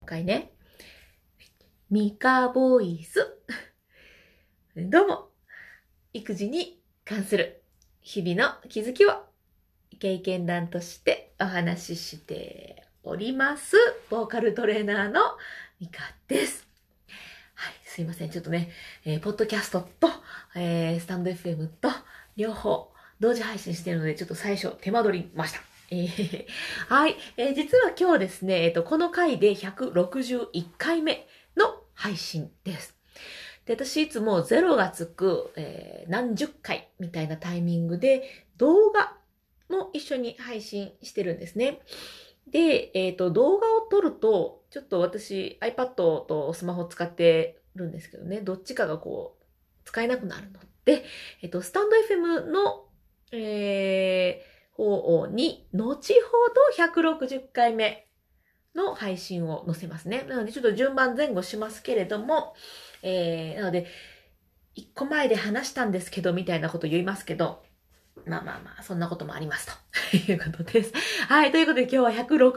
回ね、ミカボイス。どうも、育児に関する日々の気づきを経験談としてお話ししております。ボーカルトレーナーのミカです。はい、すいません。ちょっとね、ポッドキャストと、スタンド FM と両方同時配信しているので、ちょっと最初手間取りました。はい、実は今日ですね、この回で161回目の配信です。で、私いつも0がつく、何十回みたいなタイミングで動画も一緒に配信してるんですね。で、動画を撮ると、ちょっと私 iPad とスマホ使ってるんですけどね、どっちかがこう、使えなくなるので、スタンド FM の、方に、後ほど160回目の配信を載せますね。なので、ちょっと順番前後しますけれども、なので、1個前で話したんですけど、みたいなこと言いますけど、まあ、そんなこともありますということです。はい、ということで今日は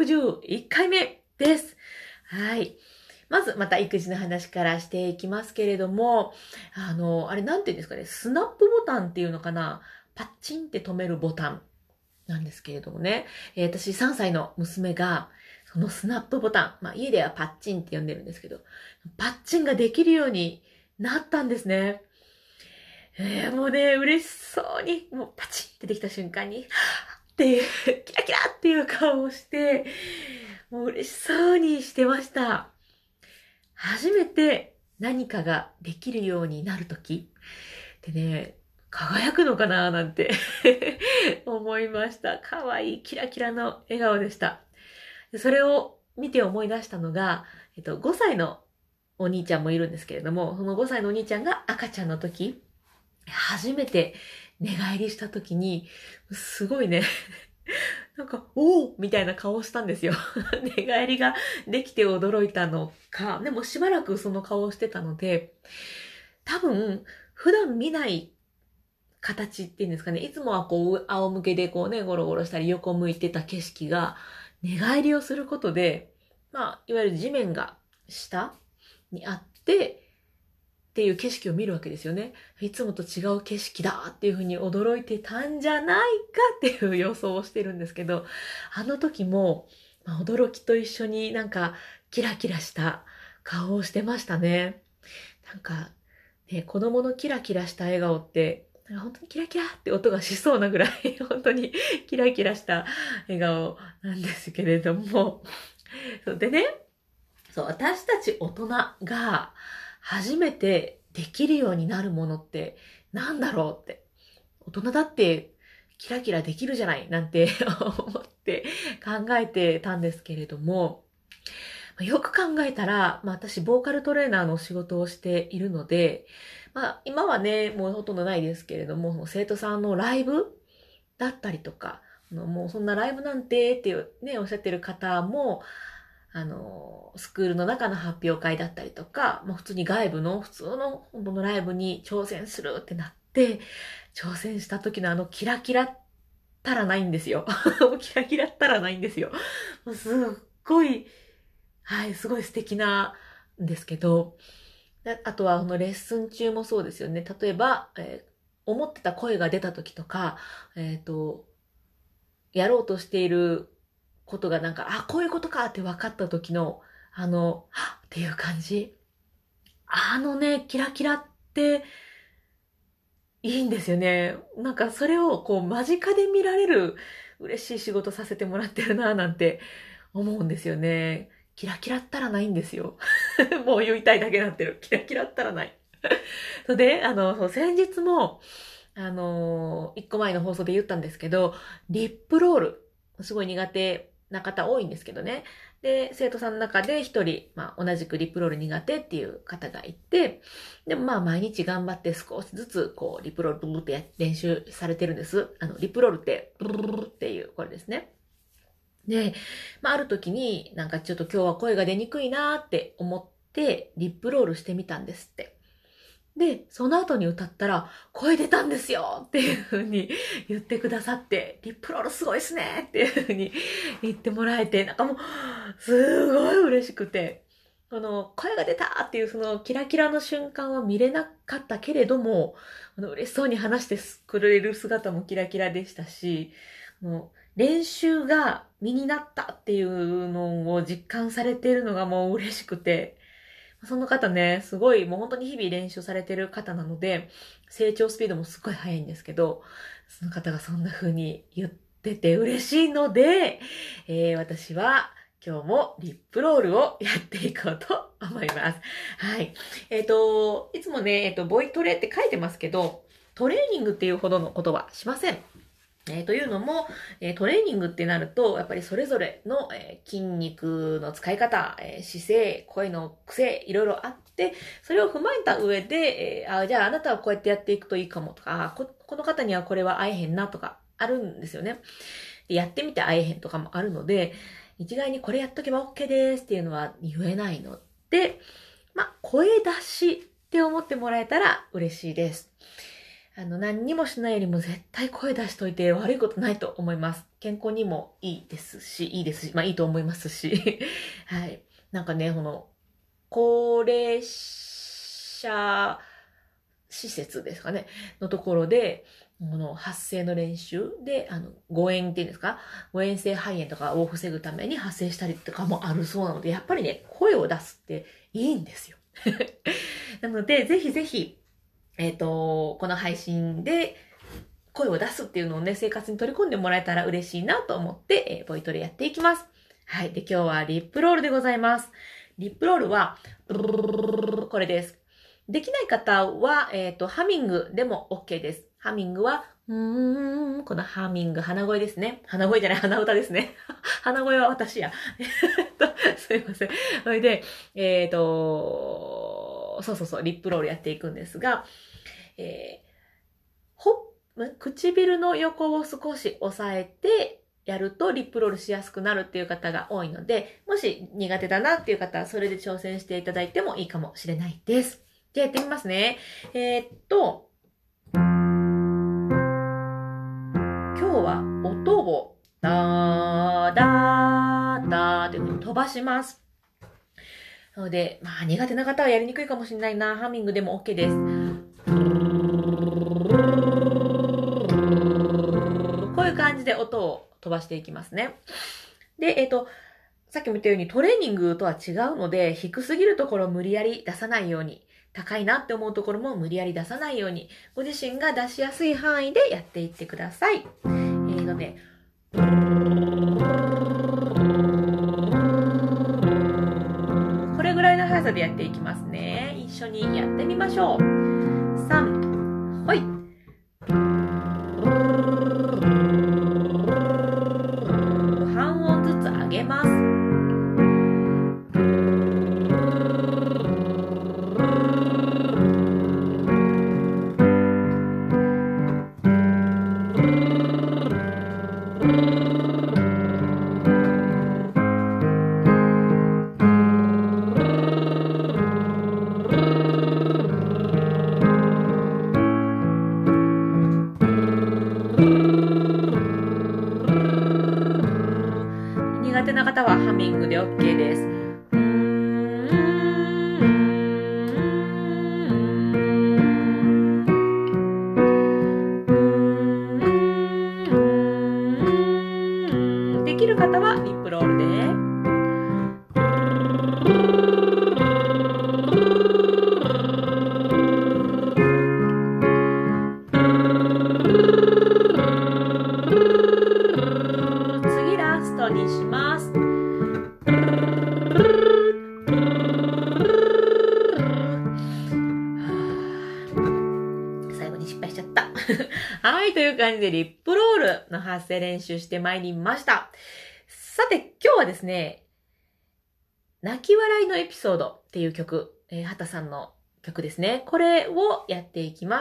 161回目です。はい。まず、また育児の話からしていきますけれども、あれなんて言うんですかね、スナップボタンっていうのかな、パッチンって止めるボタンなんですけれどもね、私3歳の娘が、そのスナップボタン、家ではパッチンって呼んでるんですけど、パッチンができるようになったんですね。もうね、嬉しそうに、もうパチンってできた瞬間に、っていう、キラキラっていう顔をして、もう嬉しそうにしてました。初めて何かができるようになるときってね、輝くのかななんて思いました。可愛いキラキラの笑顔でした。それを見て思い出したのが、5歳のお兄ちゃんもいるんですけれども、その5歳のお兄ちゃんが赤ちゃんの時、初めて寝返りした時に、すごいね、なんか、おーみたいな顔をしたんですよ。寝返りができて驚いたのか、でもしばらくその顔をしてたので、多分、普段見ない形っていうんですかね、いつもはこう、仰向けでこうね、ゴロゴロしたり横向いてた景色が、寝返りをすることで、いわゆる地面が下にあって、っていう景色を見るわけですよね。いつもと違う景色だっていうふうに驚いてたんじゃないかっていう予想をしてるんですけど、あの時も、驚きと一緒になんかキラキラした顔をしてましたね。なんか、ね、子供のキラキラした笑顔って、本当にキラキラって音がしそうなぐらい、本当にキラキラした笑顔なんですけれども、そうでね、そう、私たち大人が初めてできるようになるものってなんだろうって。大人だってキラキラできるじゃないなんて思って考えてたんですけれども、よく考えたら、私ボーカルトレーナーの仕事をしているので、今はね、もうほとんどないですけれども、生徒さんのライブだったりとか、もうそんなライブなんてっていうね、おっしゃってる方も、スクールの中の発表会だったりとか、普通に外部の普通の本当のライブに挑戦するってなって、挑戦した時のキラキラったらないんですよ。キラキラったらないんですよ。もうすっごい、はい、すごい素敵なんですけど、あとはレッスン中もそうですよね。例えば、思ってた声が出た時とか、やろうとしていることがなんか、こういうことかって分かった時の、はっっていう感じ。キラキラっていいんですよね。なんかそれをこう間近で見られる嬉しい仕事させてもらってるなぁなんて思うんですよね。キラキラったらないんですよ。もう言いたいだけになってる。キラキラったらない。それで、そう先日も、一個前の放送で言ったんですけど、リップロール、すごい苦手な方多いんですけどね。で、生徒さんの中で一人、同じくリップロール苦手っていう方がいて、でも毎日頑張って少しずつ、こう、リップロールブルって練習されてるんです。リップロールって、ブルルルっていう、これですね。で、ある時になんかちょっと今日は声が出にくいなーって思って、リップロールしてみたんですって。 で、その後に歌ったら、声出たんですよっていう風に言ってくださって、リップロールすごいっすねっていう風に言ってもらえて、なんかもう、すごい嬉しくて、声が出たっていうそのキラキラの瞬間は見れなかったけれども、嬉しそうに話してくれる姿もキラキラでしたし、練習が身になったっていうのを実感されているのがもう嬉しくて、その方ね、すごいもう本当に日々練習されてる方なので、成長スピードもすごい速いんですけど、その方がそんな風に言ってて嬉しいので、私は今日もリップロールをやっていこうと思います。はい。いつもね、ボイトレって書いてますけど、トレーニングっていうほどのことはしません。というのも、トレーニングってなると、やっぱりそれぞれの、筋肉の使い方、姿勢、声の癖、いろいろあって、それを踏まえた上で、じゃああなたはこうやってやっていくといいかもとか、この方にはこれは合えへんなとかあるんですよね。でやってみて合えへんとかもあるので、一概にこれやっとけば OK ですっていうのは言えないので、声出しって思ってもらえたら嬉しいです。何にもしないよりも絶対声出しといて悪いことないと思います。健康にもいいですし、いいと思いますし。はい。なんかね、高齢者施設ですかね、のところで、発声の練習で、誤嚥っていうんですか、誤嚥性肺炎とかを防ぐために発声したりとかもあるそうなので、やっぱりね、声を出すっていいんですよ。なので、ぜひぜひ、この配信で声を出すっていうのをね、生活に取り込んでもらえたら嬉しいなと思って、ボイトレやっていきます。はい。で、今日はリップロールでございます。リップロールは、これです。できない方は、ハミングでも OK です。ハミングは、このハミング、鼻声ですね。鼻声じゃない、鼻歌ですね。鼻声は私や。すいません。それで、そう、リップロールやっていくんですが、唇の横を少し押さえてやるとリップロールしやすくなるっていう方が多いので、もし苦手だなっていう方はそれで挑戦していただいてもいいかもしれないです。じゃあやってみますね。今日は音をダーダーダーという風に飛ばします。なので、苦手な方はやりにくいかもしれないな。ハミングでも OK です。こういう感じで音を飛ばしていきますね。で、さっきも言ったようにトレーニングとは違うので、低すぎるところを無理やり出さないように、高いなって思うところも無理やり出さないように、ご自身が出しやすい範囲でやっていってください。これぐらいの速さでやっていきますね。一緒にやってみましょう。3、ほい。半音ずつ上げます。苦手な方はハミングで OK です。できる方はリップロールで。次ラストにします。最後に失敗しちゃった。はい、という感じでリップロールの発声練習してまいりました。さて、今日はですね、泣き笑いのエピソードっていう曲、畑さんの曲ですね。これをやっていきます。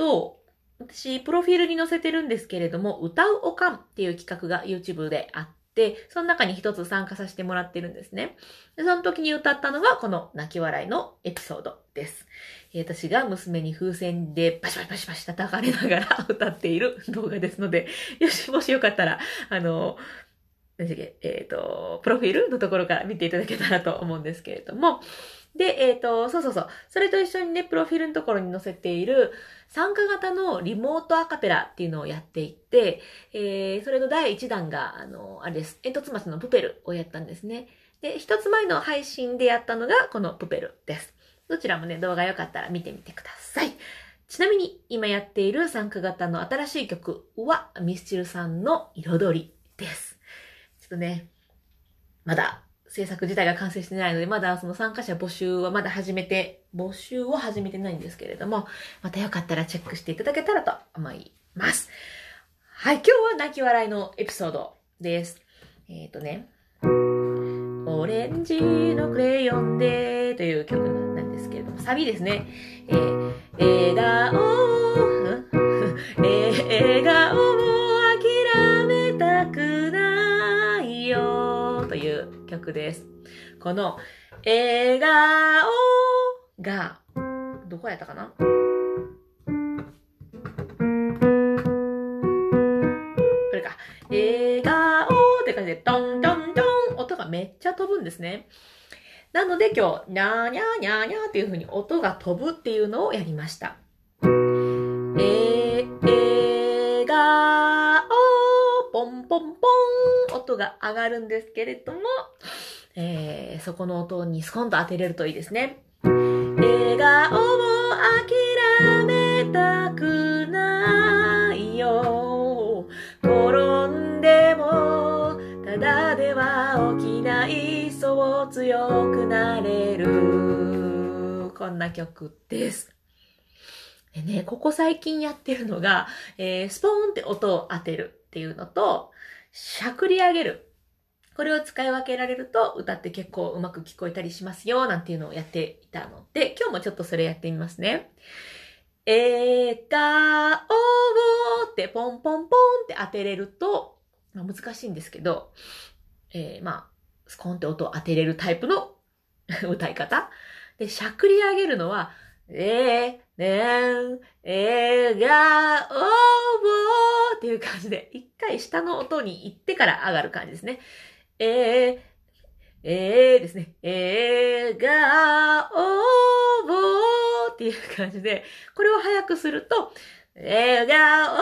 私、プロフィールに載せてるんですけれども、歌うおかんっていう企画が YouTube であって、その中に一つ参加させてもらってるんですね。で、その時に歌ったのがこの泣き笑いのエピソードです。私が娘に風船でバシバシバシバシ叩かれながら歌っている動画ですので、もしよかったら、何だっけ、プロフィールのところから見ていただけたらと思うんですけれども、で、そう。それと一緒にね、プロフィールのところに載せている参加型のリモートアカペラっていうのをやっていて、それの第1弾が、あれです。煙突町のプペルをやったんですね。で、一つ前の配信でやったのがこのプペルです。どちらもね、動画よかったら見てみてください。ちなみに、今やっている参加型の新しい曲は、ミスチルさんの彩りです。ちょっとね、まだ、制作自体が完成してないので、まだその参加者募集を始めてないんですけれども、またよかったらチェックしていただけたらと思います。はい、今日は泣き笑いのエピソードです。オレンジのクレヨンでという曲なんですけれども、サビですね。笑顔を諦めたくないよという曲です。この笑顔がどこやったかな？これか。笑顔って感じでトントントン音がめっちゃ飛ぶんですね。なので今日、にゃーにゃーにゃーにゃーっていう風に音が飛ぶっていうのをやりました。笑顔ポンポンポン音が上がるんですけれども、そこの音にスコンと当てれるといいですね。笑顔を諦めたくないよ。転んでもただでは起きない。そう強くなれる。こんな曲です。でね、ここ最近やってるのが、スポーンって音を当てるっていうのと、しゃくり上げる。これを使い分けられると歌って結構うまく聞こえたりしますよなんていうのをやっていたので、今日もちょっとそれやってみますね。笑顔ってポンポンポンって当てれると、難しいんですけど、スコンって音を当てれるタイプの歌い方。で、しゃくり上げるのは、笑顔っていう感じで、一回下の音に行ってから上がる感じですね。ですね。笑顔っていう感じで、これを早くすると、笑顔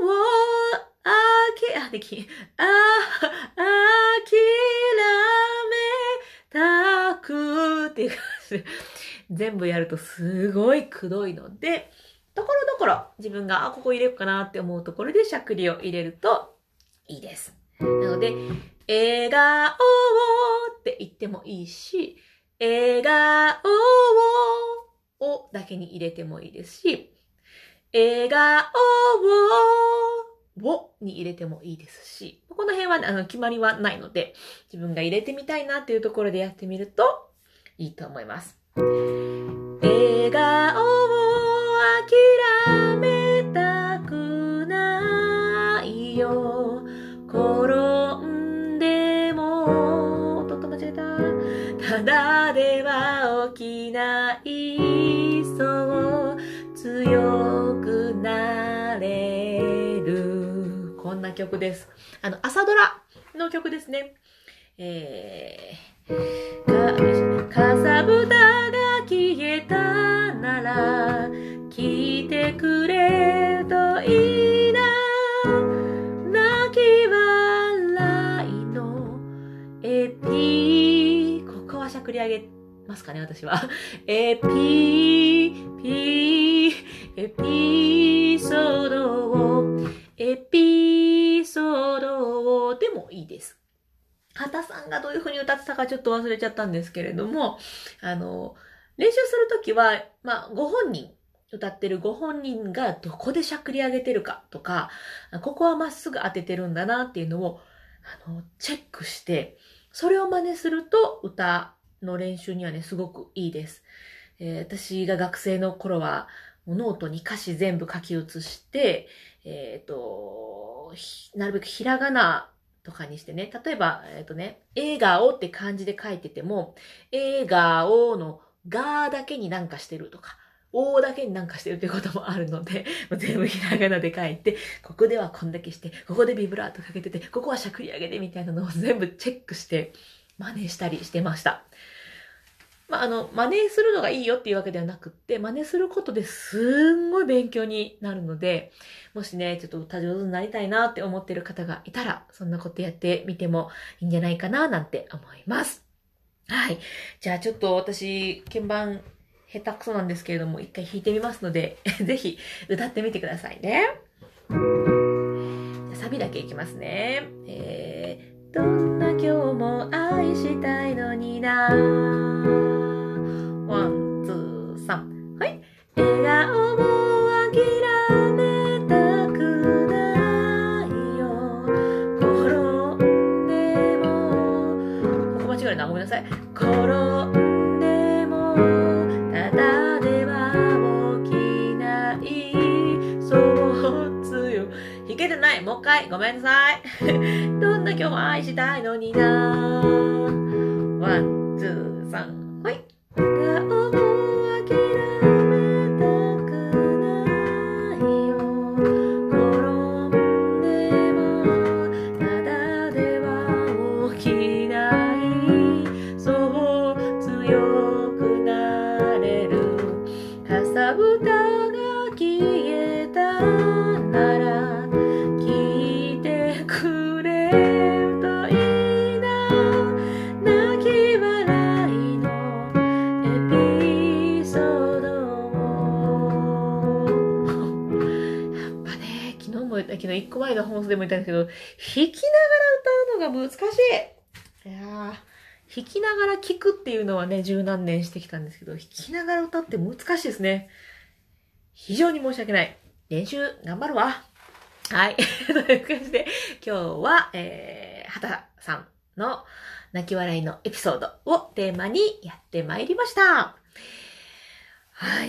たくっていう感じで、全部やるとすごいくどいので、ところどころ自分がここ入れようかなって思うところでしゃくりを入れるといいです。なので、笑顔って言ってもいいし、笑顔をだけに入れてもいいですし、笑顔をに入れてもいいですし、この辺は決まりはないので、自分が入れてみたいなっていうところでやってみるといいと思います。笑顔を諦めたくないよ。転んでも、音と間違えた。ただでは起きない。そう強くなれる。こんな曲です。朝ドラの曲ですね。かさぶたが消えたなら来てくれといいな。泣き笑いのエピここはしゃくり上げますかね、私は。エピソードをでもいいです。畑さんがどういう風に歌ってたかちょっと忘れちゃったんですけれども、練習するときは、歌ってるご本人がどこでしゃくり上げてるかとか、ここはまっすぐ当ててるんだなっていうのを、チェックして、それを真似すると歌の練習にはね、すごくいいです。私が学生の頃は、ノートに歌詞全部書き写して、なるべくひらがなとかにしてね、例えば、笑顔って漢字で書いてても、笑顔のがだけになんかしてるとか、おだけになんかしてるっていうこともあるので、全部ひらがなで書いて、ここではこんだけして、ここでビブラートかけてて、ここはしゃくり上げてみたいなのを全部チェックして真似したりしてました。真似するのがいいよっていうわけではなくって、真似することですんごい勉強になるので、もしね、ちょっと歌上手になりたいなって思ってる方がいたら、そんなことやってみてもいいんじゃないかななんて思います。はい。じゃあちょっと私、鍵盤下手くそなんですけれども、一回弾いてみますので、ぜひ歌ってみてくださいね。じゃあサビだけいきますね。どんな今日も愛したいのにな。ワン、ツー、サン。はい。笑顔も諦めたくないよ。転んでも、ここ間違えた。ごめんなさい。転んでも、ただでは起きない。そう強い。弾けてない。もう一回。ごめんなさい。どんな今日も愛したいのにな。ワン、ツー、サン。はい。笑顔も諦めたくないよ。転んでもただでは起きない。そう強くなれる。かさぶたが消えたなら聞いてくれるといいな。泣き笑いのエピソードを。やっぱね、昨日1個前の放送でも言ったんですけど、弾きながら歌うのが難しい。いやー、弾きながら聴くっていうのはね、十何年してきたんですけど、弾きながら歌って難しいですね。非常に申し訳ない。練習頑張るわ。はい。という感じで、今日は、畑さんの泣き笑いのエピソードをテーマにやってまいりました。はい。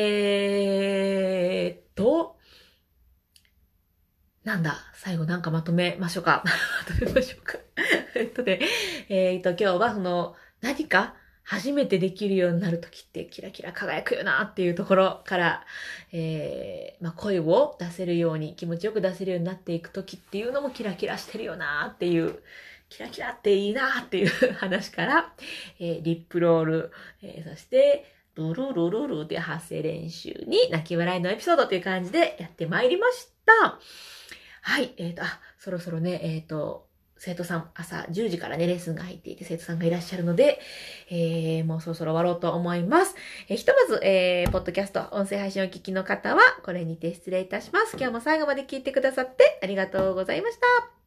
なんだ、最後なんかまとめましょうか。まとめましょうか。今日は何か初めてできるようになるときってキラキラ輝くよなっていうところから、声を出せるように、気持ちよく出せるようになっていくときっていうのもキラキラしてるよなっていう、キラキラっていいなっていう話から、リップロール、そして、ルルルルルって発声練習に泣き笑いのエピソードという感じでやってまいりました。はい、そろそろね、生徒さん、朝10時からね、レッスンが入っていて、生徒さんがいらっしゃるので、もうそろそろ終わろうと思います。ひとまず、ポッドキャスト、音声配信をお聞きの方は、これにて失礼いたします。今日も最後まで聞いてくださってありがとうございました。